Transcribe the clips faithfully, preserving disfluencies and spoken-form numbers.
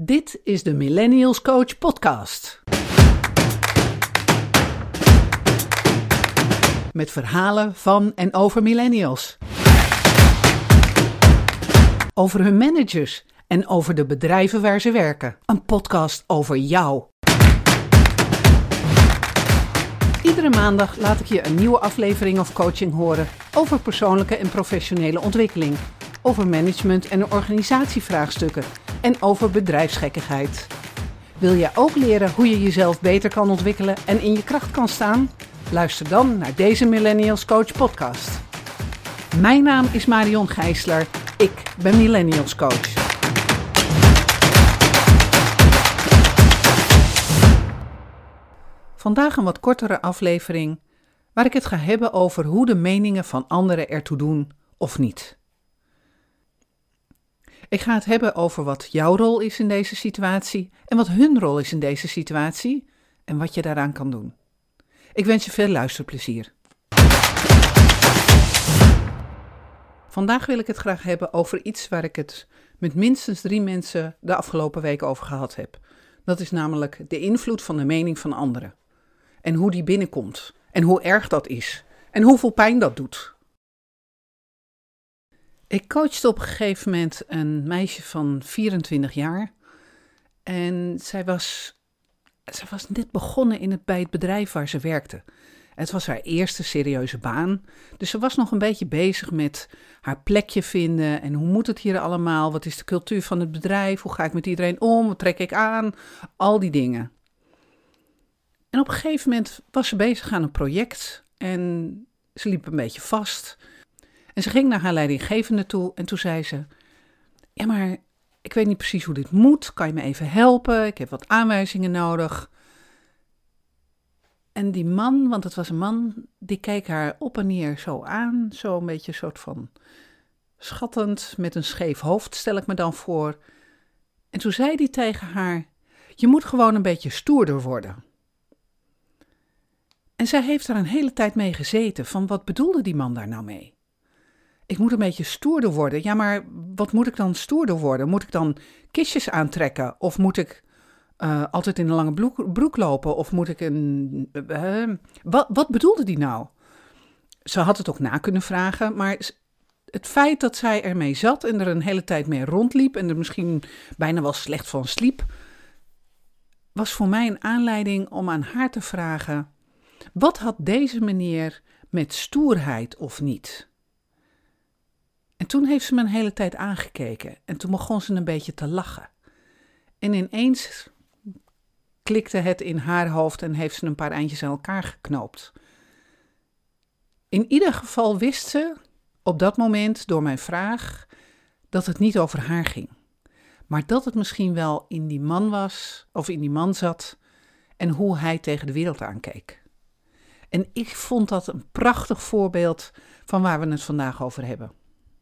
Dit is de Millennials Coach podcast. Met verhalen van en over millennials. Over hun managers en over de bedrijven waar ze werken. Een podcast over jou. Iedere maandag laat ik je een nieuwe aflevering of coaching horen over persoonlijke en professionele ontwikkeling, over management en organisatievraagstukken en over bedrijfsgekkigheid. Wil jij ook leren hoe je jezelf beter kan ontwikkelen en in je kracht kan staan? Luister dan naar deze Millennials Coach podcast. Mijn naam is Marion Gijsler. Ik ben Millennials Coach. Vandaag een wat kortere aflevering waar ik het ga hebben over hoe de meningen van anderen ertoe doen of niet. Ik ga het hebben over wat jouw rol is in deze situatie en wat hun rol is in deze situatie en wat je daaraan kan doen. Ik wens je veel luisterplezier. Vandaag wil ik het graag hebben over iets waar ik het met minstens drie mensen de afgelopen week over gehad heb. Dat is namelijk de invloed van de mening van anderen. En hoe die binnenkomt. En hoe erg dat is. En hoeveel pijn dat doet. Ik coachte op een gegeven moment een meisje van vierentwintig jaar. En zij was, zij was net begonnen in het, bij het bedrijf waar ze werkte. Het was haar eerste serieuze baan. Dus ze was nog een beetje bezig met haar plekje vinden. En hoe moet het hier allemaal? Wat is de cultuur van het bedrijf? Hoe ga ik met iedereen om? Wat trek ik aan? Al die dingen. En op een gegeven moment was ze bezig aan een project. En ze liep een beetje vast. En ze ging naar haar leidinggevende toe en toen zei ze: ja, maar ik weet niet precies hoe dit moet. Kan je me even helpen? Ik heb wat aanwijzingen nodig. En die man, want het was een man, die keek haar op en neer zo aan. Zo een beetje een soort van schattend, met een scheef hoofd, stel ik me dan voor. En toen zei hij tegen haar: je moet gewoon een beetje stoerder worden. En zij heeft daar een hele tijd mee gezeten, van wat bedoelde die man daar nou mee? Ik moet een beetje stoerder worden. Ja, maar wat moet ik dan stoerder worden? Moet ik dan kistjes aantrekken? Of moet ik uh, altijd in een lange broek, broek lopen? Of moet ik een... Uh, wat, wat bedoelde die nou? Ze had het ook na kunnen vragen, maar het feit dat zij ermee zat en er een hele tijd mee rondliep en er misschien bijna wel slecht van sliep, was voor mij een aanleiding om aan haar te vragen: wat had deze meneer met stoerheid of niet? En toen heeft ze me een hele tijd aangekeken en toen begon ze een beetje te lachen. En ineens klikte het in haar hoofd en heeft ze een paar eindjes aan elkaar geknoopt. In ieder geval wist ze op dat moment door mijn vraag dat het niet over haar ging. Maar dat het misschien wel in die man was of in die man zat en hoe hij tegen de wereld aankeek. En ik vond dat een prachtig voorbeeld van waar we het vandaag over hebben.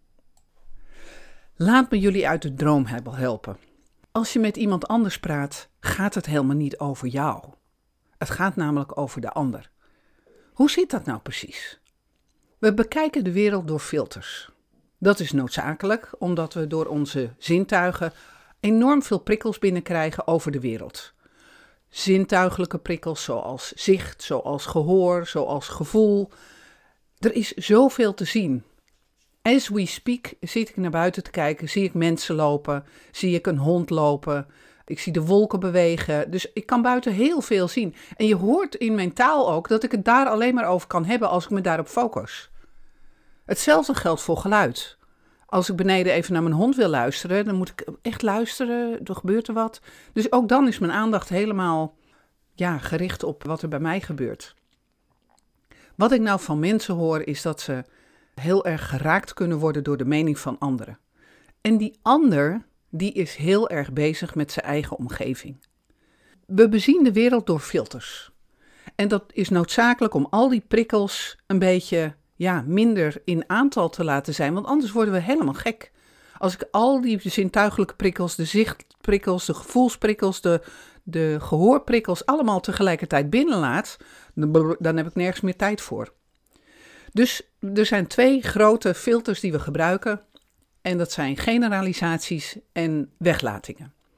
Laat me jullie uit de droom helpen. Als je met iemand anders praat, gaat het helemaal niet over jou. Het gaat namelijk over de ander. Hoe zit dat nou precies? We bekijken de wereld door filters. Dat is noodzakelijk, omdat we door onze zintuigen enorm veel prikkels binnenkrijgen over de wereld. Zintuigelijke prikkels zoals zicht, zoals gehoor, zoals gevoel. Er is zoveel te zien. As we speak zit ik naar buiten te kijken, zie ik mensen lopen, zie ik een hond lopen, ik zie de wolken bewegen. Dus ik kan buiten heel veel zien. En je hoort in mijn taal ook dat ik het daar alleen maar over kan hebben als ik me daarop focus. Hetzelfde geldt voor geluid. Als ik beneden even naar mijn hond wil luisteren, dan moet ik echt luisteren, er gebeurt er wat. Dus ook dan is mijn aandacht helemaal ja, gericht op wat er bij mij gebeurt. Wat ik nou van mensen hoor is dat ze heel erg geraakt kunnen worden door de mening van anderen. En die ander, die is heel erg bezig met zijn eigen omgeving. We bezien de wereld door filters. En dat is noodzakelijk om al die prikkels een beetje ja, minder in aantal te laten zijn, want anders worden we helemaal gek. Als ik al die zintuigelijke prikkels, de zichtprikkels, de gevoelsprikkels, de, de gehoorprikkels allemaal tegelijkertijd binnenlaat, dan heb ik nergens meer tijd voor. Dus er zijn twee grote filters die we gebruiken en dat zijn generalisaties en weglatingen.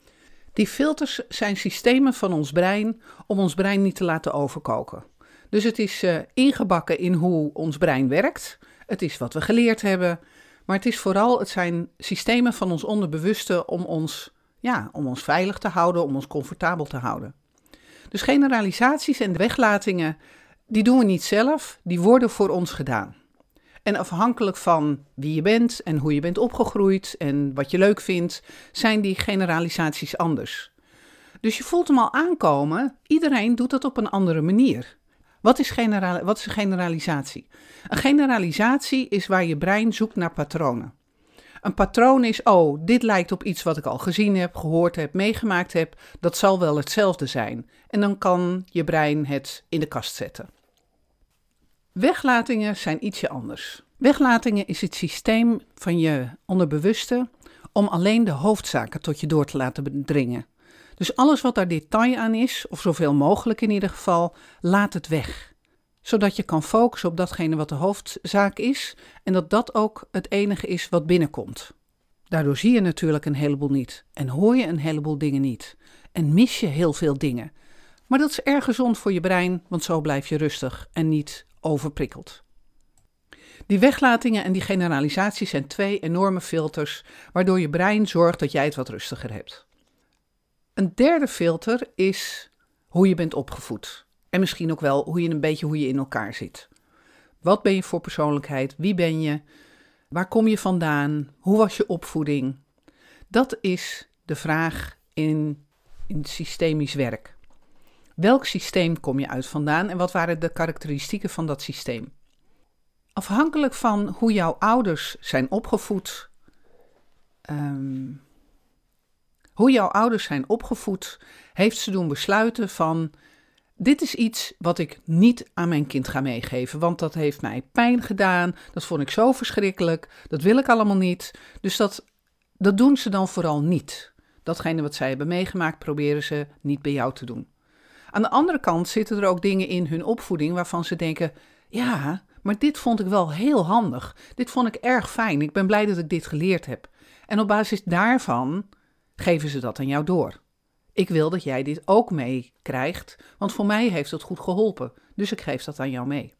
Die filters zijn systemen van ons brein om ons brein niet te laten overkoken. Dus het is uh, ingebakken in hoe ons brein werkt. Het is wat we geleerd hebben. Maar het is vooral, het zijn systemen van ons onderbewuste om ons, ja, om ons veilig te houden, om ons comfortabel te houden. Dus generalisaties en weglatingen, die doen we niet zelf, die worden voor ons gedaan. En afhankelijk van wie je bent en hoe je bent opgegroeid en wat je leuk vindt, zijn die generalisaties anders. Dus je voelt hem al aankomen, iedereen doet dat op een andere manier. Wat is, genera- wat is een generalisatie? Een generalisatie is waar je brein zoekt naar patronen. Een patroon is, oh, dit lijkt op iets wat ik al gezien heb, gehoord heb, meegemaakt heb. Dat zal wel hetzelfde zijn. En dan kan je brein het in de kast zetten. Weglatingen zijn ietsje anders. Weglatingen is het systeem van je onderbewuste om alleen de hoofdzaken tot je door te laten dringen. Dus alles wat daar detail aan is, of zoveel mogelijk in ieder geval, laat het weg. Zodat je kan focussen op datgene wat de hoofdzaak is en dat dat ook het enige is wat binnenkomt. Daardoor zie je natuurlijk een heleboel niet en hoor je een heleboel dingen niet en mis je heel veel dingen. Maar dat is erg gezond voor je brein, want zo blijf je rustig en niet overprikkeld. Die weglatingen en die generalisaties zijn twee enorme filters, waardoor je brein zorgt dat jij het wat rustiger hebt. Een derde filter is hoe je bent opgevoed. En misschien ook wel hoe je een beetje hoe je in elkaar zit. Wat ben je voor persoonlijkheid? Wie ben je? Waar kom je vandaan? Hoe was je opvoeding? Dat is de vraag in, in systemisch werk. Welk systeem kom je uit vandaan en wat waren de karakteristieken van dat systeem? Afhankelijk van hoe jouw ouders zijn opgevoed, um, hoe jouw ouders zijn opgevoed, heeft ze doen besluiten van, dit is iets wat ik niet aan mijn kind ga meegeven, want dat heeft mij pijn gedaan, dat vond ik zo verschrikkelijk, dat wil ik allemaal niet. Dus dat, dat doen ze dan vooral niet. Datgene wat zij hebben meegemaakt, proberen ze niet bij jou te doen. Aan de andere kant zitten er ook dingen in hun opvoeding waarvan ze denken, ja, maar dit vond ik wel heel handig. Dit vond ik erg fijn. Ik ben blij dat ik dit geleerd heb. En op basis daarvan geven ze dat aan jou door. Ik wil dat jij dit ook meekrijgt, want voor mij heeft het goed geholpen. Dus ik geef dat aan jou mee.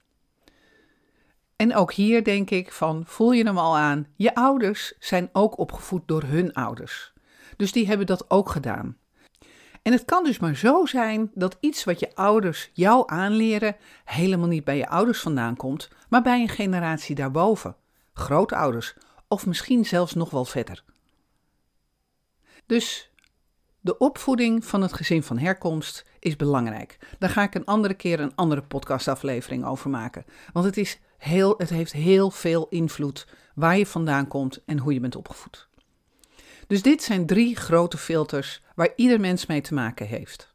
En ook hier denk ik van, voel je hem al aan? Je ouders zijn ook opgevoed door hun ouders. Dus die hebben dat ook gedaan. En het kan dus maar zo zijn dat iets wat je ouders jou aanleren helemaal niet bij je ouders vandaan komt, maar bij een generatie daarboven. Grootouders of misschien zelfs nog wel verder. Dus de opvoeding van het gezin van herkomst is belangrijk. Daar ga ik een andere keer een andere podcastaflevering over maken. Want het, is heel, het heeft heel veel invloed waar je vandaan komt en hoe je bent opgevoed. Dus dit zijn drie grote filters waar ieder mens mee te maken heeft.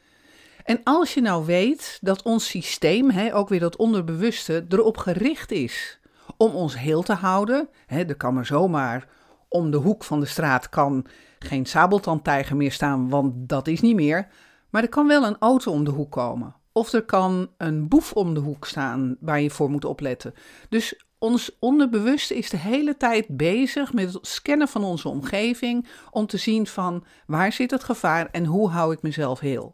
En als je nou weet dat ons systeem, hè, ook weer dat onderbewuste, erop gericht is om ons heel te houden. Hè, er kan maar zomaar om de hoek van de straat kan geen sabeltandtijger meer staan, want dat is niet meer. Maar er kan wel een auto om de hoek komen. Of er kan een boef om de hoek staan waar je voor moet opletten. Dus ons onderbewuste is de hele tijd bezig met het scannen van onze omgeving om te zien van waar zit het gevaar en hoe hou ik mezelf heel.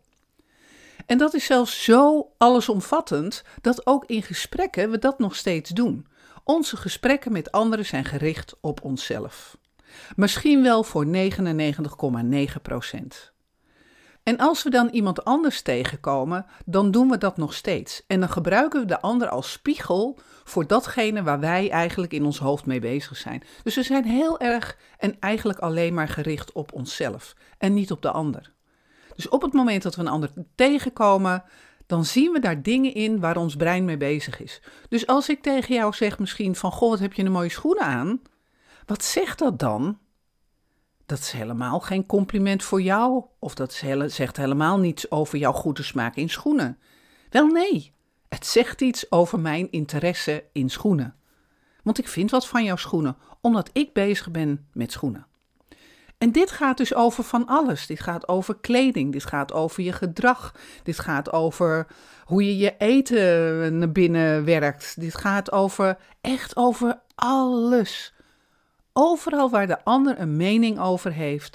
En dat is zelfs zo allesomvattend dat ook in gesprekken we dat nog steeds doen. Onze gesprekken met anderen zijn gericht op onszelf. Misschien wel voor negenennegentig komma negen procent. En als we dan iemand anders tegenkomen, dan doen we dat nog steeds. En dan gebruiken we de ander als spiegel voor datgene waar wij eigenlijk in ons hoofd mee bezig zijn. Dus we zijn heel erg en eigenlijk alleen maar gericht op onszelf en niet op de ander. Dus op het moment dat we een ander tegenkomen, dan zien we daar dingen in waar ons brein mee bezig is. Dus als ik tegen jou zeg misschien van, goh, wat heb je een mooie schoenen aan? Wat zegt dat dan? Dat is helemaal geen compliment voor jou. Of dat zegt helemaal niets over jouw goede smaak in schoenen. Wel nee, het zegt iets over mijn interesse in schoenen. Want ik vind wat van jouw schoenen, omdat ik bezig ben met schoenen. En dit gaat dus over van alles. Dit gaat over kleding, dit gaat over je gedrag. Dit gaat over hoe je je eten naar binnen werkt. Dit gaat over, echt over alles. Overal waar de ander een mening over heeft,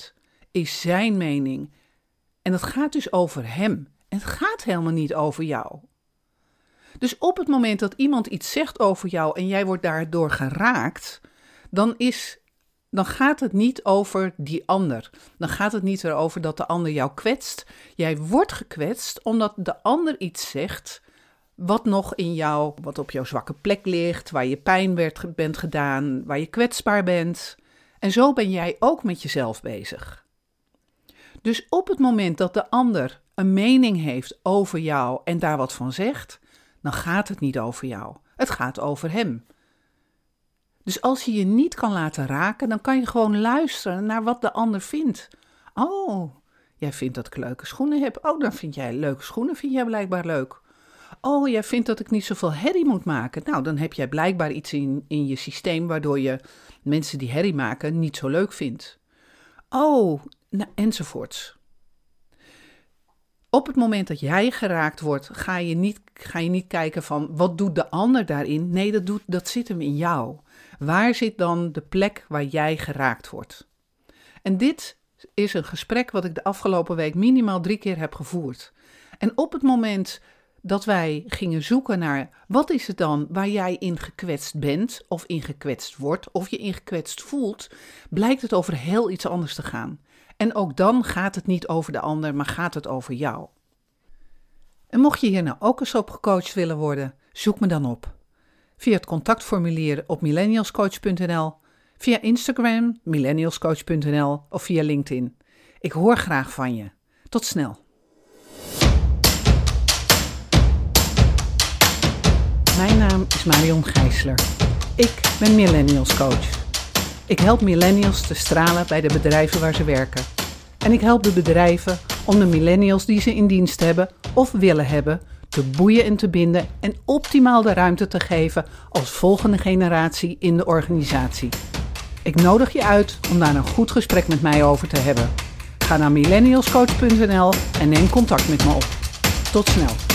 is zijn mening. En dat gaat dus over hem. En het gaat helemaal niet over jou. Dus op het moment dat iemand iets zegt over jou en jij wordt daardoor geraakt, dan, is, dan gaat het niet over die ander. Dan gaat het niet erover dat de ander jou kwetst. Jij wordt gekwetst omdat de ander iets zegt wat nog in jou, wat op jouw zwakke plek ligt, waar je pijn werd, bent gedaan, waar je kwetsbaar bent. En zo ben jij ook met jezelf bezig. Dus op het moment dat de ander een mening heeft over jou en daar wat van zegt, dan gaat het niet over jou. Het gaat over hem. Dus als je je niet kan laten raken, dan kan je gewoon luisteren naar wat de ander vindt. Oh, jij vindt dat ik leuke schoenen heb. Oh, dan vind jij leuke schoenen, vind jij blijkbaar leuk. Oh, jij vindt dat ik niet zoveel herrie moet maken. Nou, dan heb jij blijkbaar iets in, in je systeem waardoor je mensen die herrie maken niet zo leuk vindt. Oh, nou, enzovoorts. Op het moment dat jij geraakt wordt, ga je niet, ga je niet kijken van wat doet de ander daarin. Nee, dat, doet, dat zit hem in jou. Waar zit dan de plek waar jij geraakt wordt? En dit is een gesprek wat ik de afgelopen week minimaal drie keer heb gevoerd. En op het moment dat wij gingen zoeken naar wat is het dan waar jij in gekwetst bent of in gekwetst wordt of je in gekwetst voelt, blijkt het over heel iets anders te gaan. En ook dan gaat het niet over de ander, maar gaat het over jou. En mocht je hier nou ook eens op gecoacht willen worden, zoek me dan op. Via het contactformulier op millennialscoach punt n l, via Instagram millennialscoach punt n l of via LinkedIn. Ik hoor graag van je. Tot snel. Mijn naam is Marion Gijsler. Ik ben Millennials Coach. Ik help millennials te stralen bij de bedrijven waar ze werken. En ik help de bedrijven om de millennials die ze in dienst hebben of willen hebben te boeien en te binden en optimaal de ruimte te geven als volgende generatie in de organisatie. Ik nodig je uit om daar een goed gesprek met mij over te hebben. Ga naar millennialscoach punt n l en neem contact met me op. Tot snel.